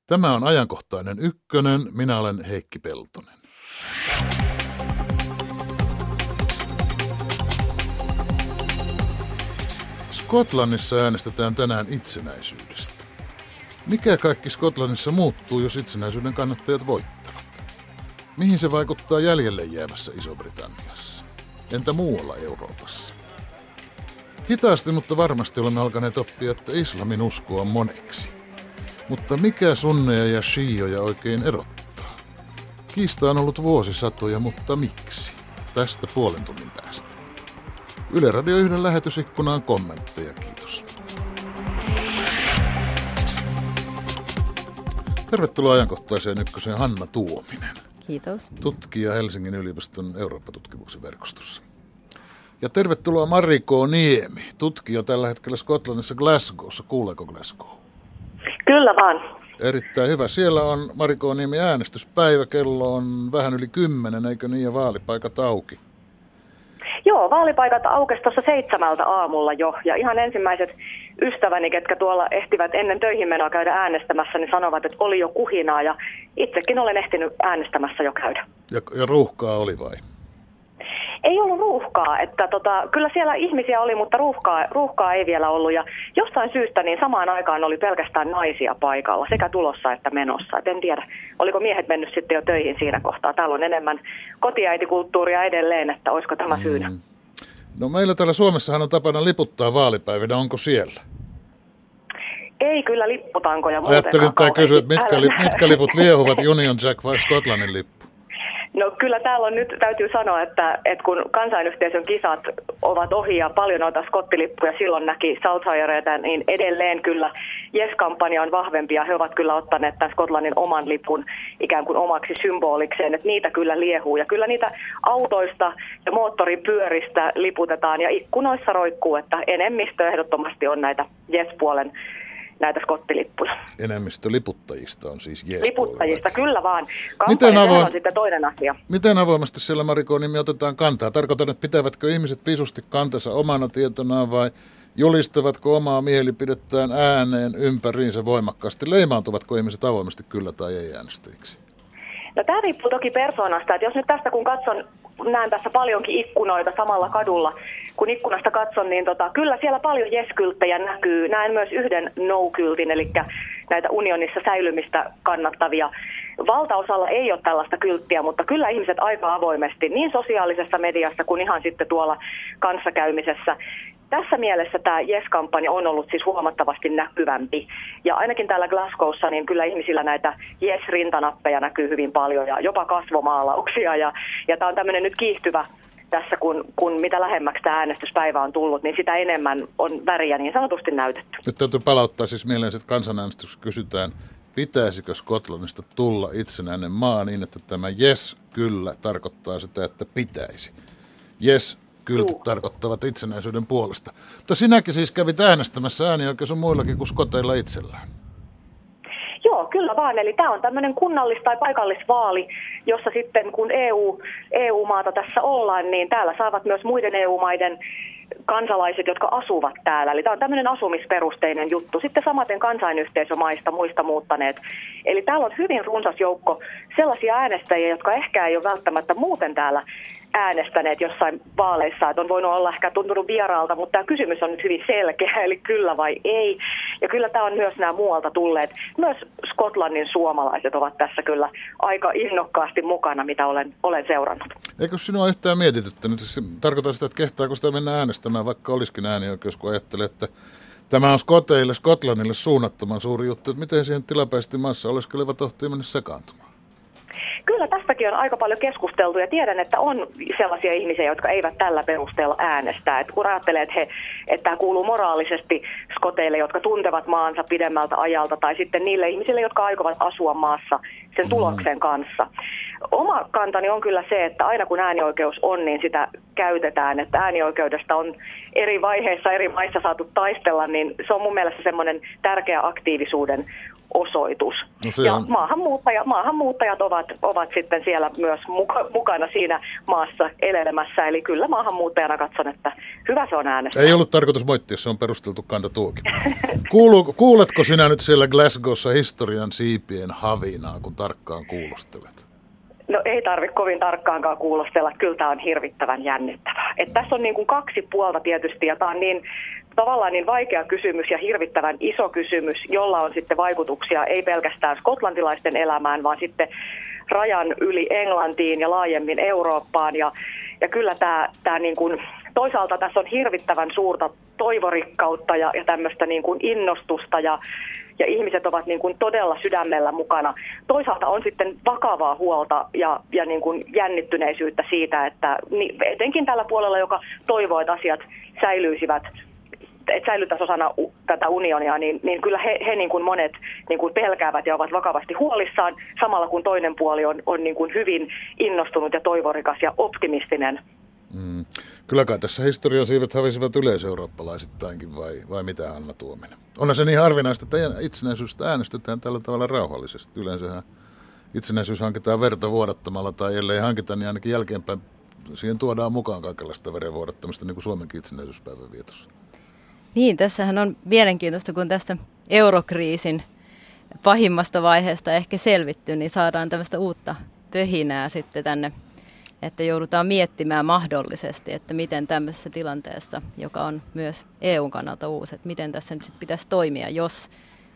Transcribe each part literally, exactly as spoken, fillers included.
Tämä on ajankohtainen ykkönen. Minä olen Heikki Peltonen. Skotlannissa äänestetään tänään itsenäisyydestä. Mikä kaikki Skotlannissa muuttuu, jos itsenäisyyden kannattajat voittavat? Mihin se vaikuttaa jäljelle jäävässä Iso-Britanniassa? Entä muualla Euroopassa? Hitaasti, mutta varmasti olemme alkaneet oppia, että islamin usko on moneksi. Mutta mikä sunneja ja shiioja oikein erottaa? Kiista on ollut vuosisatoja, mutta miksi? Tästä puolen tunnin päästä. Yle Radio yhden lähetysikkunaan kommentteja, kiitos. Tervetuloa ajankohtaiseen ykköseen Hanna Tuominen. Kiitos. Tutkija Helsingin yliopiston Eurooppa-tutkimuksen verkostossa. Ja tervetuloa Mariko Niemi, tutkija tällä hetkellä Skotlannissa Glasgowssa. Kuuleeko Glasgow? Kyllä vaan. Erittäin hyvä. Siellä on Mariko Niemi äänestyspäivä. Kello on vähän yli kymmenen, eikö niin, ja vaalipaikat auki? Joo, vaalipaikat aukesi tuossa seitsemältä aamulla jo. Ja ihan ensimmäiset ystäväni, ketkä tuolla ehtivät ennen töihin menoa käydä äänestämässä, niin sanovat, että oli jo kuhinaa. Ja itsekin olen ehtinyt äänestämässä jo käydä. Ja, ja ruuhkaa oli vai? Ei ollut ruuhkaa, että tota, kyllä siellä ihmisiä oli, mutta ruuhkaa, ruuhkaa ei vielä ollut. Ja jostain syystä niin samaan aikaan oli pelkästään naisia paikalla, sekä tulossa että menossa. Et en tiedä, oliko miehet mennyt sitten jo töihin siinä kohtaa. Täällä on enemmän kotiäitikulttuuria edelleen, että olisiko tämä syynä. Mm. No meillä täällä Suomessahan on tapana liputtaa vaalipäivinä, onko siellä? Ei kyllä lipputankoja. Ajattelin tai kysyä, että mitkä, li, mitkä liput liehuvat, Union Jack vai Skotlannin lippu? No kyllä täällä on nyt, täytyy sanoa, että, että kun kansainyhteisön kisat ovat ohi ja paljon noita skottilippuja silloin näki Southireita, niin edelleen kyllä Yes-kampanja on vahvempi ja he ovat kyllä ottaneet tämän Skotlannin oman lipun ikään kuin omaksi symbolikseen, että niitä kyllä liehuu. Ja kyllä niitä autoista ja moottoripyöristä liputetaan ja ikkunoissa roikkuu, että enemmistö ehdottomasti on näitä Yes-puolen näitä skottilippuja. Enemmistö liputtajista on siis jees. Liputtajista, kyllä vaan. Miten avoin, on sitten toinen asia. Miten avoimesti siellä, Mariko Niemi, otetaan kantaa? Tarkoitan, että pitävätkö ihmiset visusti kantansa omana tietonaan vai julistavatko omaa mielipidettään ääneen ympäriinsä voimakkaasti? Leimaantuvatko ihmiset avoimesti kyllä tai ei äänestäjiksi? No tämä riippuu toki persoonasta, että jos nyt tästä kun katson, näen tässä paljonkin ikkunoita samalla kadulla, kun ikkunasta katson, niin tota, kyllä siellä paljon yes-kylttejä näkyy. Näen myös yhden no-kyltin, eli näitä unionissa säilymistä kannattavia. Valtaosalla ei ole tällaista kylttiä, mutta kyllä ihmiset aika avoimesti, niin sosiaalisessa mediassa kuin ihan sitten tuolla kanssakäymisessä. Tässä mielessä tämä Yes-kampanja on ollut siis huomattavasti näkyvämpi. Ja ainakin täällä Glasgowssa niin kyllä ihmisillä näitä Yes-rintanappeja näkyy hyvin paljon ja jopa kasvomaalauksia. Ja, ja tämä on tämmöinen nyt kiihtyvä tässä, kun, kun mitä lähemmäksi tämä äänestyspäivä on tullut, niin sitä enemmän on väriä niin sanotusti näytetty. Nyt täytyy palauttaa siis mieleen, että kansanäänestyksessä kysytään, pitäisikö Skotlannista tulla itsenäinen maa niin, että tämä yes kyllä tarkoittaa sitä, että pitäisi. Yes kyltit tarkoittavat itsenäisyyden puolesta. Mutta sinäkin siis kävit äänestämässä, äänioikeus on muillakin kuin skoteilla itsellään. Joo, kyllä vaan. Eli tämä on tämmöinen kunnallis- tai paikallisvaali, jossa sitten kun E U, E U-maata tässä ollaan, niin täällä saavat myös muiden E U-maiden kansalaiset, jotka asuvat täällä. Eli tämä on tämmöinen asumisperusteinen juttu. Sitten samaten kansainyhteisömaista muista muuttaneet. Eli täällä on hyvin runsas joukko sellaisia äänestäjiä, jotka ehkä ei ole välttämättä muuten täällä äänestäneet jossain vaaleissa, että on voinut olla ehkä tuntunut vieraalta, mutta tämä kysymys on nyt hyvin selkeä, eli kyllä vai ei. Ja kyllä tämä on myös nämä muualta tulleet. Myös Skotlannin suomalaiset ovat tässä kyllä aika innokkaasti mukana, mitä olen, olen seurannut. Eikö sinua yhtään mietityttänyt? Tarkoitan sitä, että kehtaako sitä mennä äänestämään, vaikka olisikin äänioikeus, kun ajattelee, että tämä on skoteille, Skotlannille suunnattoman suuri juttu, että miten siihen tilapäisesti maassa oleskelevat tohtii mennä sekaantumaan? Kyllä tästäkin on aika paljon keskusteltu ja tiedän, että on sellaisia ihmisiä, jotka eivät tällä perusteella äänestää. Et kun ajattelee, että, he, että tämä kuuluu moraalisesti skoteille, jotka tuntevat maansa pidemmältä ajalta, tai sitten niille ihmisille, jotka aikovat asua maassa sen tuloksen kanssa. Oma kantani on kyllä se, että aina kun äänioikeus on, niin sitä käytetään. Että äänioikeudesta on eri vaiheissa eri maissa saatu taistella, niin se on mun mielestä semmoinen tärkeä aktiivisuuden osoitus. No ja on... maahanmuuttaja, maahanmuuttajat ovat, ovat sitten siellä myös muka, mukana siinä maassa elelemässä. Eli kyllä maahanmuuttajana katson, että hyvä se on äänestää. Ei ollut tarkoitus moittia, se on perusteltu kanta tuokin. Kuulu, kuuletko sinä nyt siellä Glasgowssa historian siipien havinaa, kun tarkkaan kuulostelet? No ei tarvitse kovin tarkkaankaan kuulostella, kyllä tämä on hirvittävän jännittävää. Et tässä on niin kuin kaksi puolta tietysti, ja tämä on niin, tavallaan niin vaikea kysymys ja hirvittävän iso kysymys, jolla on sitten vaikutuksia ei pelkästään skotlantilaisten elämään, vaan sitten rajan yli Englantiin ja laajemmin Eurooppaan. Ja, ja kyllä tämä, tämä niin kuin, toisaalta tässä on hirvittävän suurta toivorikkautta ja, ja tämmöistä niin kuin innostusta ja Ja ihmiset ovat niin kuin todella sydämellä mukana. Toisaalta on sitten vakavaa huolta ja, ja niin kuin jännittyneisyyttä siitä, että etenkin tällä puolella, joka toivoo, että asiat säilyisivät, että säilyttäisiin osana tätä unionia, niin, niin kyllä he, he niin kuin monet niin kuin pelkäävät ja ovat vakavasti huolissaan, samalla kun toinen puoli on, on niin kuin hyvin innostunut ja toivorikas ja optimistinen. Mm. Kyllä kai tässä historian siivet hävisivät yleiseurooppalaisittainkin, vai, vai mitä, Hanna Tuominen? Onhan se niin harvinaista, että itsenäisyystä äänestetään tällä tavalla rauhallisesti. Yleensähän itsenäisyys hankitaan verta vuodattamalla, tai ellei hankita, niin ainakin jälkeenpäin siihen tuodaan mukaan kaikenlaista veren vuodattamista, niin kuin Suomenkin itsenäisyyspäivän vietossa. Niin, tässähän on mielenkiintoista, kun tästä eurokriisin pahimmasta vaiheesta ehkä selvitty, niin saadaan tämmöistä uutta pöhinää sitten tänne, että joudutaan miettimään mahdollisesti, että miten tämmöisessä tilanteessa, joka on myös E U:n kannalta uusi, että miten tässä nyt sit pitäisi toimia, jos,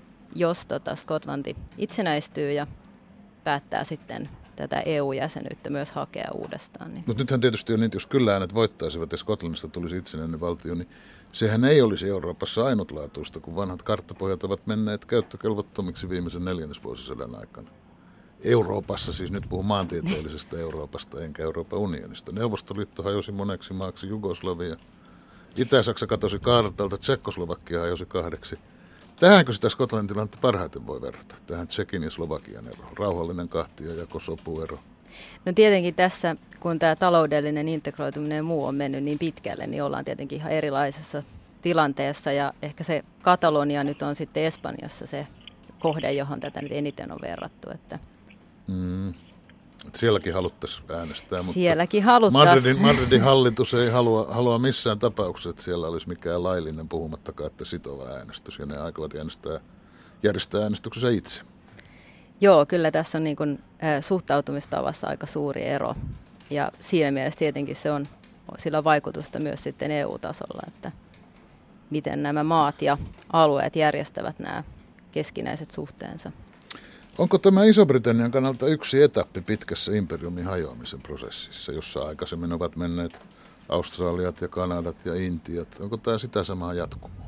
jos tota Skotlanti itsenäistyy ja päättää sitten tätä E U-jäsenyyttä myös hakea uudestaan. Niin. Mutta nythän tietysti on niin, että jos kyllä äänet voittaisivat ja Skotlannista tulisi itsenäinen valtio, niin sehän ei olisi Euroopassa ainutlaatuista, kun vanhat karttapohjat ovat menneet käyttökelvottomiksi viimeisen neljännesvuosisadan aikana. Euroopassa, siis nyt puhun maantieteellisestä Euroopasta enkä Euroopan unionista. Neuvostoliitto hajosi moneksi maaksi, Jugoslavia. Itä-Saksa katosi kartalta, Tsekkoslovakia hajosi kahdeksi. Tähänkö sitä Skotlannin tilannetta parhaiten voi verrata? Tähän Tsekin ja Slovakian eroon. Rauhallinen kahtiajako, sopuero. No tietenkin tässä, kun tämä taloudellinen integroituminen ja muu on mennyt niin pitkälle, niin ollaan tietenkin ihan erilaisessa tilanteessa. Ja ehkä se Katalonia nyt on sitten Espanjassa se kohde, johon tätä nyt eniten on verrattu, että Mm. Sielläkin haluttaisiin äänestää, mutta sielläkin haluttaisiin. Madridin, Madridin hallitus ei halua, halua missään tapauksessa, että siellä olisi mikään laillinen, puhumattakaan, että sitova äänestys, ja ne aikovat äänestää, järjestää äänestyksensä itse. Joo, kyllä tässä on niin kuin, äh, suhtautumistavassa aika suuri ero, ja siinä mielessä tietenkin se on, sillä on vaikutusta myös sitten E U-tasolla, että miten nämä maat ja alueet järjestävät nämä keskinäiset suhteensa. Onko tämä Iso-Britannian kannalta yksi etappi pitkässä imperiumin hajoamisen prosessissa, jossa aikaisemmin ovat menneet Australiat ja Kanadat ja Intiat? Onko tämä sitä samaa jatkumoa?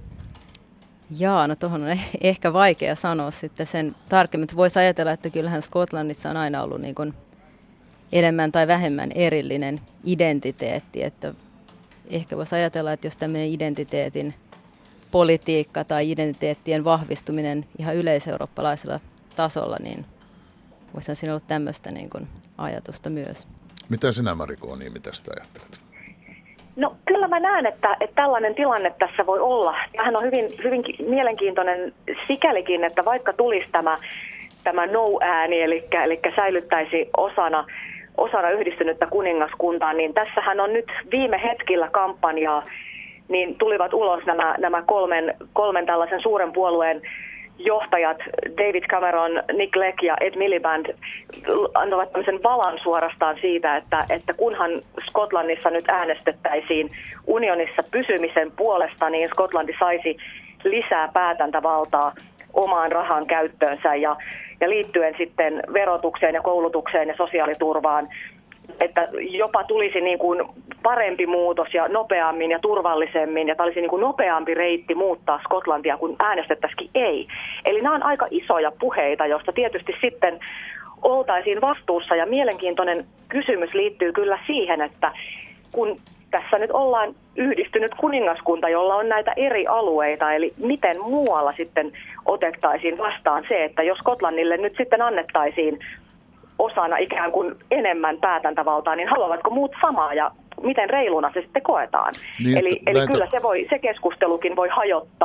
Jaa, no tuohon on ehkä vaikea sanoa sitten sen tarkemmin. Voisi ajatella, että kyllähän Skotlannissa on aina ollut niin kuin enemmän tai vähemmän erillinen identiteetti. Että ehkä voisi ajatella, että jos tämmöinen identiteetin politiikka tai identiteettien vahvistuminen ihan yleiseurooppalaisella tasolla, niin voisihan siinä olla tämmöistä niin kuin ajatusta myös. Mitä sinä, Mariko Oniemi, tästä ajattelet? No kyllä mä näen, että, että tällainen tilanne tässä voi olla. Tämähän on hyvin, hyvin mielenkiintoinen sikälikin, että vaikka tulisi tämä, tämä no-ääni, eli, eli säilyttäisi osana, osana yhdistynyttä kuningaskuntaa, niin tässähän on nyt viime hetkillä kampanjaa, niin tulivat ulos nämä, nämä kolmen, kolmen tällaisen suuren puolueen johtajat, David Cameron, Nick Clegg ja Ed Miliband, antavat tämmöisen valan suorastaan siitä, että, että kunhan Skotlannissa nyt äänestettäisiin unionissa pysymisen puolesta, niin Skotlanti saisi lisää päätäntävaltaa omaan rahan käyttöönsä ja, ja liittyen sitten verotukseen ja koulutukseen ja sosiaaliturvaan, että jopa tulisi niin kuin parempi muutos ja nopeammin ja turvallisemmin, ja tämä olisi niin kuin nopeampi reitti muuttaa Skotlantia, kun äänestettäisikin ei. Eli nämä on aika isoja puheita, joista tietysti sitten oltaisiin vastuussa, ja mielenkiintoinen kysymys liittyy kyllä siihen, että kun tässä nyt ollaan yhdistynyt kuningaskunta, jolla on näitä eri alueita, eli miten muualla sitten otettaisiin vastaan se, että jos Skotlannille nyt sitten annettaisiin osana ikään kuin enemmän päätäntävaltaa, niin haluavatko muut samaa ja miten reiluna se sitten koetaan? Niin, eli eli näitä... kyllä se, voi, se keskustelukin voi hajottaa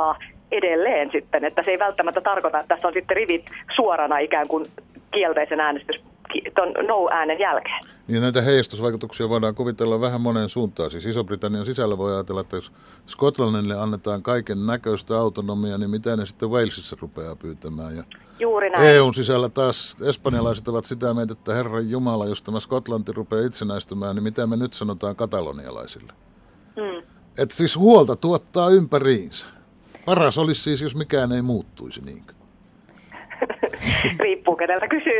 edelleen sitten, että se ei välttämättä tarkoita, että tässä on sitten rivit suorana ikään kuin kielteisen äänestys, ton no-äänen jälkeen. Niin näitä heijastusvaikutuksia voidaan kuvitella vähän moneen suuntaan. Siis Iso-Britannian sisällä voi ajatella, että jos Skotlannille annetaan kaiken näköistä autonomiaa, niin mitä ne sitten Walesissa rupeaa pyytämään. Ja juuri näin. E U:n sisällä taas espanjalaiset ovat sitä mieltä, että Herran Jumala, jos tämä Skotlanti rupeaa itsenäistymään, niin mitä me nyt sanotaan katalonialaisille. Mm. Että siis huolta tuottaa ympäriinsä. Paras olisi siis, jos mikään ei muuttuisi niinkö. Riippuu keneltä kysyy.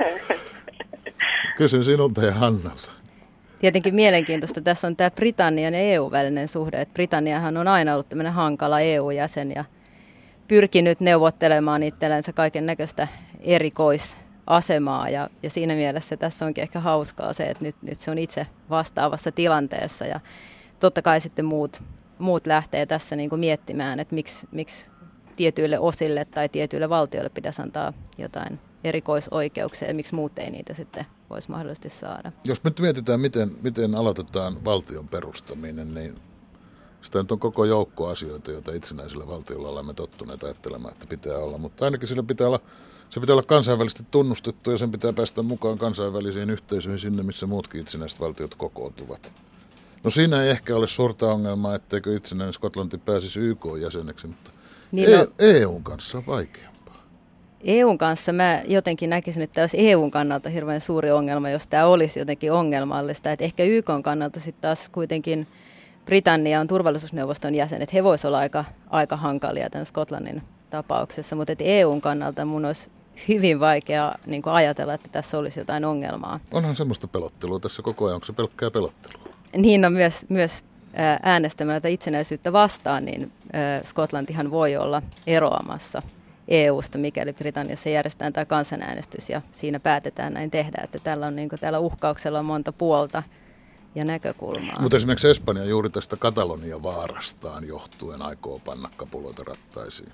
Kysyn sinulta ja Hannalta. Tietenkin mielenkiintoista tässä on tämä Britannian ja E U-välinen suhde. Että Britanniahan on aina ollut tämmöinen hankala E U-jäsen ja pyrkinyt neuvottelemaan itsellensä kaiken näköistä erikoisasemaa. Ja, ja siinä mielessä tässä onkin ehkä hauskaa se, että nyt, nyt se on itse vastaavassa tilanteessa. Ja totta kai sitten muut, muut lähtee tässä niin kuin miettimään, että miksi, miksi tietyille osille tai tietyille valtioille pitäisi antaa jotain erikoisoikeuksia ja miksi muut ei niitä sitten voisi mahdollisesti saada. Jos nyt mietitään, miten, miten aloitetaan valtion perustaminen, niin sitä nyt on koko joukko asioita, joita itsenäisellä valtiolla olemme tottuneet ajattelemaan, että pitää olla. Mutta ainakin sillä pitää olla, se pitää olla kansainvälisesti tunnustettu ja sen pitää päästä mukaan kansainvälisiin yhteisöihin sinne, missä muutkin itsenäiset valtiot kokoontuvat. No siinä ei ehkä ole suurta ongelmaa, etteikö itsenäinen Skotlanti pääsisi Y K-jäseneksi, mutta niin no, E U:n kanssa on vaikeampaa. E U:n kanssa mä jotenkin näkisin, että tämä olisi E U:n kannalta hirveän suuri ongelma, jos tämä olisi jotenkin ongelmallista. Että ehkä Y K:n kannalta sitten taas kuitenkin Britannia on turvallisuusneuvoston jäsen, että he voisivat olla aika, aika hankalia tämän Skotlannin tapauksessa, mutta E U:n kannalta mun olisi hyvin vaikea niin kuin ajatella, että tässä olisi jotain ongelmaa. Onhan semmoista pelottelua tässä koko ajan, onko se pelkkää pelottelua? Niin on myös, myös äänestämällä tätä itsenäisyyttä vastaan, niin Skotlantihan voi olla eroamassa E U:sta, mikäli Britanniassa järjestetään tämä kansanäänestys ja siinä päätetään näin tehdä, että tällä, on, niin kuin, tällä uhkauksella on monta puolta ja näkökulmaa. Mutta esimerkiksi Espanja juuri tästä Katalonia-vaarastaan johtuen aikoo panna kapuloita rattaisiin.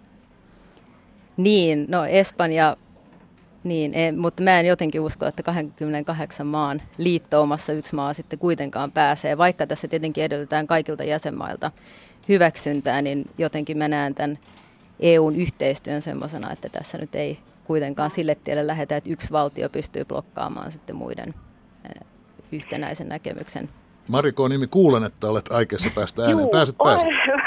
Niin, no Espanja, niin, en, mutta mä en jotenkin usko, että kaksikymmentäkahdeksan maan liittoumassa yksi maa sitten kuitenkaan pääsee. Vaikka tässä tietenkin edellytetään kaikilta jäsenmailta hyväksyntää, niin jotenkin mä näen tämän E U:n yhteistyön semmoisena, että tässä nyt ei kuitenkaan sille tielle lähdetä, että yksi valtio pystyy blokkaamaan sitten muiden yhtenäisen näkemyksen. Mariko Niemi, kuulen, että olet aikeissa päästä ääneen. Juu, Pääset, pääset.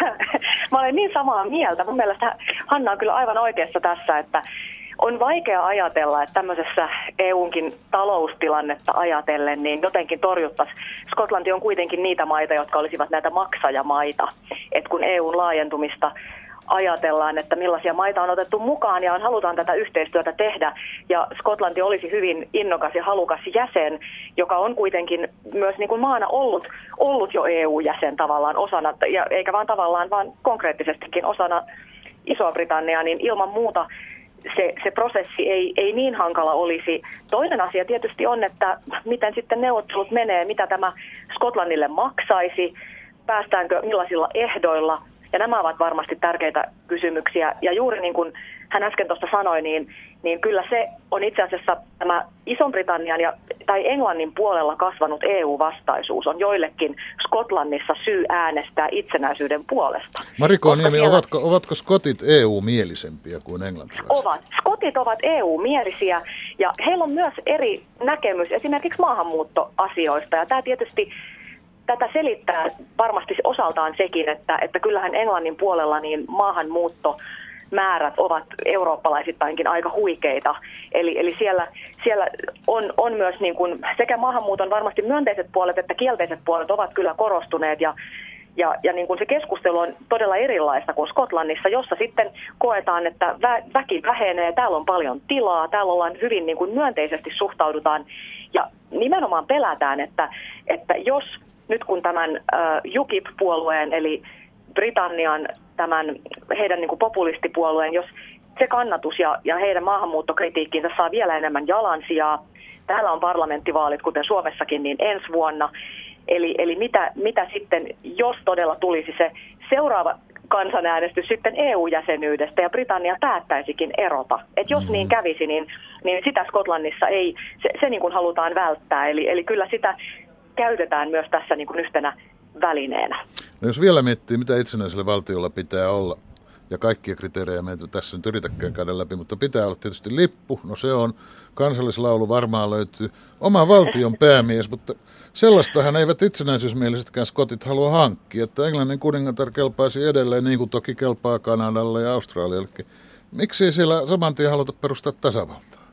Mä olen niin samaa mieltä. Mun mielestä Hanna on kyllä aivan oikeassa tässä, että on vaikea ajatella, että tämmöisessä E U:nkin taloustilannetta ajatellen, niin jotenkin torjuttaisiin. Skotlanti on kuitenkin niitä maita, jotka olisivat näitä maksajamaita. Et kun E U:n laajentumista ajatellaan, että millaisia maita on otettu mukaan ja on, halutaan tätä yhteistyötä tehdä. Ja Skotlanti olisi hyvin innokas ja halukas jäsen, joka on kuitenkin myös niin kuin maana ollut, ollut jo E U-jäsen tavallaan osana, ja eikä vaan tavallaan, vaan konkreettisestikin osana Isoa-Britanniaa, niin ilman muuta se, se prosessi ei, ei niin hankala olisi. Toinen asia tietysti on, että miten sitten neuvottelut menee, mitä tämä Skotlannille maksaisi, päästäänkö millaisilla ehdoilla. Ja nämä ovat varmasti tärkeitä kysymyksiä. Ja juuri niin kuin hän äsken tuosta sanoi, niin, niin kyllä se on itse asiassa tämä Ison-Britannian ja, tai Englannin puolella kasvanut E U-vastaisuus on joillekin Skotlannissa syy äänestää itsenäisyyden puolesta. Mariko Niemi, siellä ovatko, ovatko skotit E U-mielisempiä kuin englantilaiset? Ovat. Skotit ovat E U-mielisiä ja heillä on myös eri näkemys esimerkiksi maahanmuuttoasioista. Ja tämä tietysti tätä selittää varmasti osaltaan sekin, että, että kyllähän Englannin puolella niin maahanmuuttomäärät ovat eurooppalaisittainkin aika huikeita. Eli, eli siellä, siellä on, on myös niin kuin sekä maahanmuuton varmasti myönteiset puolet että kielteiset puolet ovat kyllä korostuneet. Ja, ja, ja niin kuin se keskustelu on todella erilaista kuin Skotlannissa, jossa sitten koetaan, että vä, väki vähenee, täällä on paljon tilaa, täällä ollaan hyvin niin kuin myönteisesti suhtaudutaan. Ja nimenomaan pelätään, että, että jos nyt kun tämän uh, U K I P-puolueen, eli Britannian tämän heidän niin kuin populistipuolueen, jos se kannatus ja, ja heidän maahanmuuttokritiikkiinsä saa vielä enemmän jalansijaa, täällä on parlamenttivaalit, kuten Suomessakin, niin ensi vuonna. Eli, eli mitä, mitä sitten, jos todella tulisi se seuraava kansanäänestys sitten E U-jäsenyydestä ja Britannia päättäisikin erota. Että jos niin kävisi, niin, niin sitä Skotlannissa ei, se, se niin kuin halutaan välttää. Eli, eli kyllä sitä käytetään myös tässä niin kuin yhtenä välineenä. No jos vielä miettii, mitä itsenäisellä valtiolla pitää olla. ja kaikkia kriteerejä me ei tässä nyt yritäkään käydä läpi, mutta pitää olla tietysti lippu, no se on, kansallislaulu varmaan löytyy, oma valtion päämies, mutta sellaistahan eivät itsenäisyysmielisetkään skotit halua hankkia, että Englannin kuningatar kelpaisi edelleen, niin kuin toki kelpaa Kanadalle ja Australiallekin. Miksi ei siellä saman tien haluta perustaa tasavaltaa?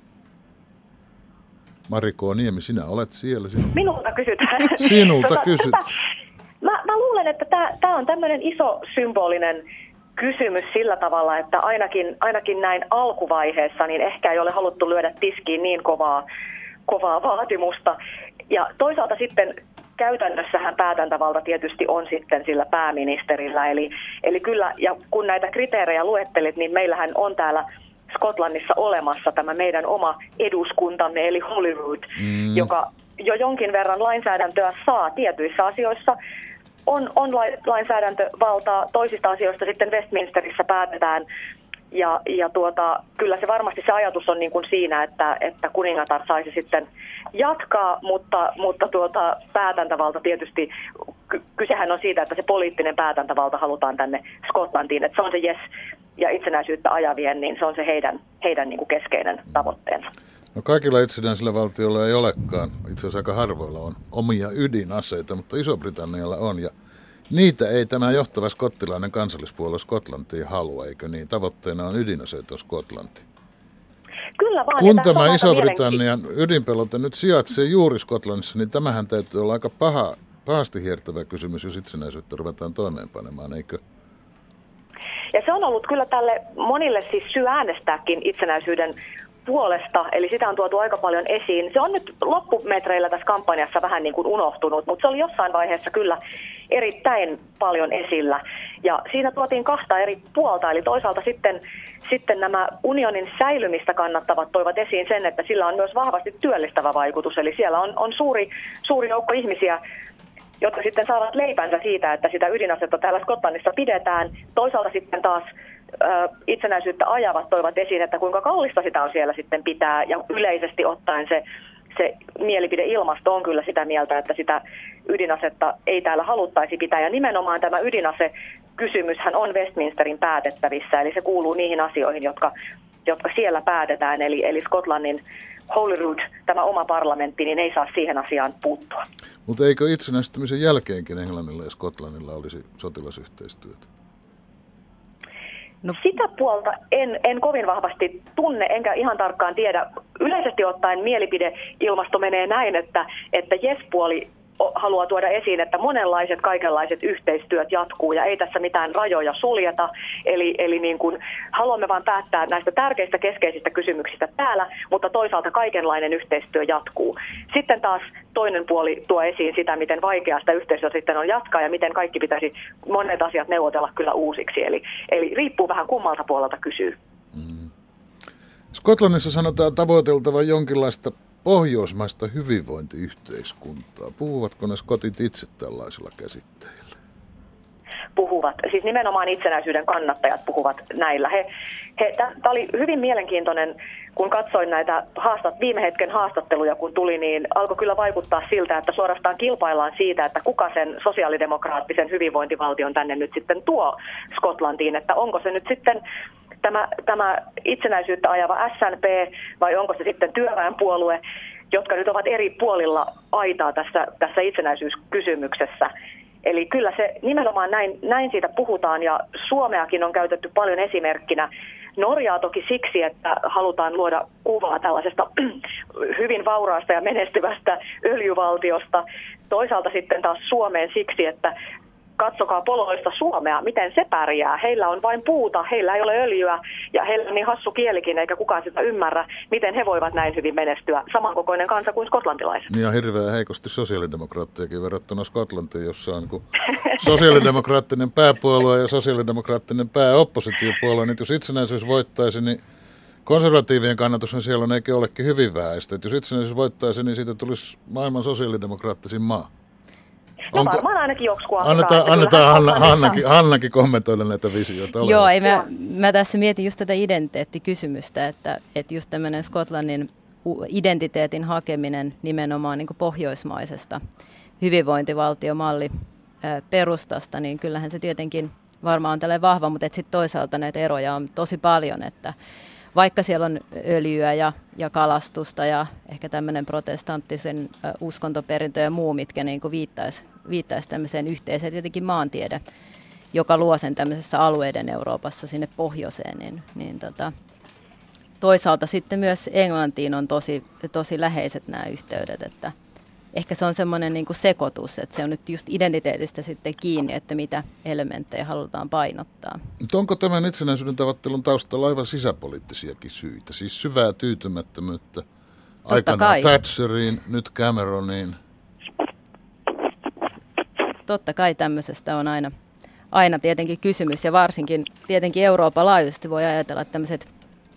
Mariko Niemi, sinä olet siellä. Sinun... Minulta kysytään. Sinulta tota, kysyt. Tätä, mä, mä luulen, että tämä on tämmöinen iso symbolinen kysymys sillä tavalla, että ainakin, ainakin näin alkuvaiheessa niin ehkä ei ole haluttu lyödä tiskiin niin kovaa, kovaa vaatimusta. Ja toisaalta sitten käytännössähän päätäntävalta tietysti on sitten sillä pääministerillä. Eli, eli kyllä, ja kun näitä kriteerejä luettelit, niin meillähän on täällä Skotlannissa olemassa tämä meidän oma eduskuntamme, eli Holyrood, mm. joka jo jonkin verran lainsäädäntöä saa tietyissä asioissa. On, on lainsäädäntövaltaa, toisista asioista sitten Westminsterissä päätetään. Ja, ja tuota, kyllä se varmasti se ajatus on niin kuin siinä, että, että kuningatar saisi sitten jatkaa, mutta, mutta tuota, päätäntävalta tietysti, kysehän on siitä, että se poliittinen päätäntävalta halutaan tänne Skotlantiin, että se on se yes ja itsenäisyyttä ajavien, niin se on se heidän, heidän niin kuin keskeinen tavoitteensa. No kaikilla itsenäisillä valtioilla ei olekaan, itse asiassa aika harvoilla on omia ydinaseita, mutta Iso-Britannialla on ja niitä ei tämä johtava skottilainen kansallispuolue Skotlantiin halua, eikö niin? Tavoitteena on ydinaseita Skotlanti. Kyllä vaan. Kun tämä Iso-Britannian ydinpelote nyt sijaitsee juuri Skotlannissa, niin tämähän täytyy olla aika paha, pahasti hiertävä kysymys, jos itsenäisyyttä ruvetaan toimeenpanemaan, eikö? Ja se on ollut kyllä tälle monille siis syy äänestääkin itsenäisyyden puolesta, eli sitä on tuotu aika paljon esiin. Se on nyt loppumetreillä tässä kampanjassa vähän niin kuin unohtunut, mutta se oli jossain vaiheessa kyllä erittäin paljon esillä. Ja siinä tuotiin kahta eri puolta, eli toisaalta sitten, sitten nämä unionin säilymistä kannattavat toivat esiin sen, että sillä on myös vahvasti työllistävä vaikutus. Eli siellä on, on suuri, suuri joukko ihmisiä, jotka sitten saavat leipänsä siitä, että sitä ydinasetta täällä Skotlannissa pidetään. Toisaalta sitten taas itsenäisyyttä ajavat toivat esiin, että kuinka kallista sitä on siellä sitten pitää, ja yleisesti ottaen se, se mielipideilmasto on kyllä sitä mieltä, että sitä ydinasetta ei täällä haluttaisi pitää, ja nimenomaan tämä ydinasekysymyshän on Westminsterin päätettävissä, eli se kuuluu niihin asioihin, jotka, jotka siellä päätetään, eli, eli Skotlannin Holyrood, tämä oma parlamentti, niin ei saa siihen asiaan puuttua. Mutta eikö itsenäistymisen jälkeenkin Englannilla ja Skotlannilla olisi sotilasyhteistyötä? No. Sitä puolta en, en kovin vahvasti tunne, enkä ihan tarkkaan tiedä. Yleisesti ottaen mielipideilmasto menee näin, että, että yes-puoli haluaa tuoda esiin, että monenlaiset kaikenlaiset yhteistyöt jatkuu ja ei tässä mitään rajoja suljeta. Eli, eli niin kuin haluamme vain päättää näistä tärkeistä keskeisistä kysymyksistä täällä, mutta toisaalta kaikenlainen yhteistyö jatkuu. Sitten taas toinen puoli tuo esiin sitä, miten vaikeaa sitä yhteistyötä sitten on jatkaa ja miten kaikki pitäisi monet asiat neuvotella kyllä uusiksi. Eli, eli riippuu vähän kummalta puolelta kysyy. Mm. Skotlannissa sanotaan tavoiteltavan jonkinlaista pohjoismaista hyvinvointiyhteiskuntaa. Puhuvatko ne skotit itse tällaisilla käsitteillä? Puhuvat. Siis nimenomaan itsenäisyyden kannattajat puhuvat näillä. He, he, Tämä oli hyvin mielenkiintoinen, kun katsoin näitä haastat, viime hetken haastatteluja, kun tuli, niin alkoi kyllä vaikuttaa siltä, että suorastaan kilpaillaan siitä, että kuka sen sosiaalidemokraattisen hyvinvointivaltion tänne nyt sitten tuo Skotlantiin, että onko se nyt sitten Tämä, tämä itsenäisyyttä ajava S N P vai onko se sitten työväenpuolue, jotka nyt ovat eri puolilla aitaa tässä, tässä itsenäisyyskysymyksessä. Eli kyllä se nimenomaan näin, näin siitä puhutaan ja Suomeakin on käytetty paljon esimerkkinä. Norjaa toki siksi, että halutaan luoda kuvaa tällaisesta hyvin vauraasta ja menestyvästä öljyvaltiosta. Toisaalta sitten taas Suomeen siksi, että katsokaa poloista Suomea, miten se pärjää. Heillä on vain puuta, heillä ei ole öljyä ja heillä on niin hassu kielikin eikä kukaan sitä ymmärrä, miten he voivat näin hyvin menestyä. Samankokoinen kansa kuin skotlantilaiset. Ja hirveän heikosti sosiaalidemokraattiakin verrattuna Skotlantiin, jossa on sosiaalidemokraattinen pääpuolue ja sosiaalidemokraattinen pääoppositiopuolue. Niin jos itsenäisyys voittaisi, niin konservatiivien kannatushan siellä on eikä olekin hyvin vähäistä. Jos itsenäisyys voittaisi, niin siitä tulisi maailman sosiaalidemokraattisin maa. No onko, varmaan ainakin joksikun aikaa. Annetaan, annetaan Hanna, Hannakin, Hannakin kommentoida näitä visioita. Ole. Joo, ei, mä, mä tässä mietin just tätä identiteettikysymystä, että, että just tämmöinen Skotlannin identiteetin hakeminen nimenomaan niin kuin pohjoismaisesta hyvinvointivaltiomalli perustasta, niin kyllähän se tietenkin varmaan on tällainen vahva, mutta sitten toisaalta näitä eroja on tosi paljon, että vaikka siellä on öljyä ja, ja kalastusta ja ehkä tämmöinen protestanttisen uskontoperintö ja muu, mitkä niin kuin viittaisi, viittaisi tämmöiseen yhteiseen, tietenkin maantiede, joka luo sen tämmöisessä alueiden Euroopassa sinne pohjoiseen, niin, niin tota, toisaalta sitten myös Englantiin on tosi, tosi läheiset nämä yhteydet, että ehkä se on semmoinen niin kuin sekoitus, että se on nyt just identiteetistä sitten kiinni, että mitä elementtejä halutaan painottaa. Mutta onko tämän itsenäisyyden tavoittelun taustalla aivan sisäpoliittisiakin syitä? Siis syvää tyytymättömyyttä aikanaan Thatcheriin, nyt Cameroniin? Totta kai tämmöisestä on aina, aina tietenkin kysymys, ja varsinkin tietenkin Euroopan laajuisesti voi ajatella, että tämmöiset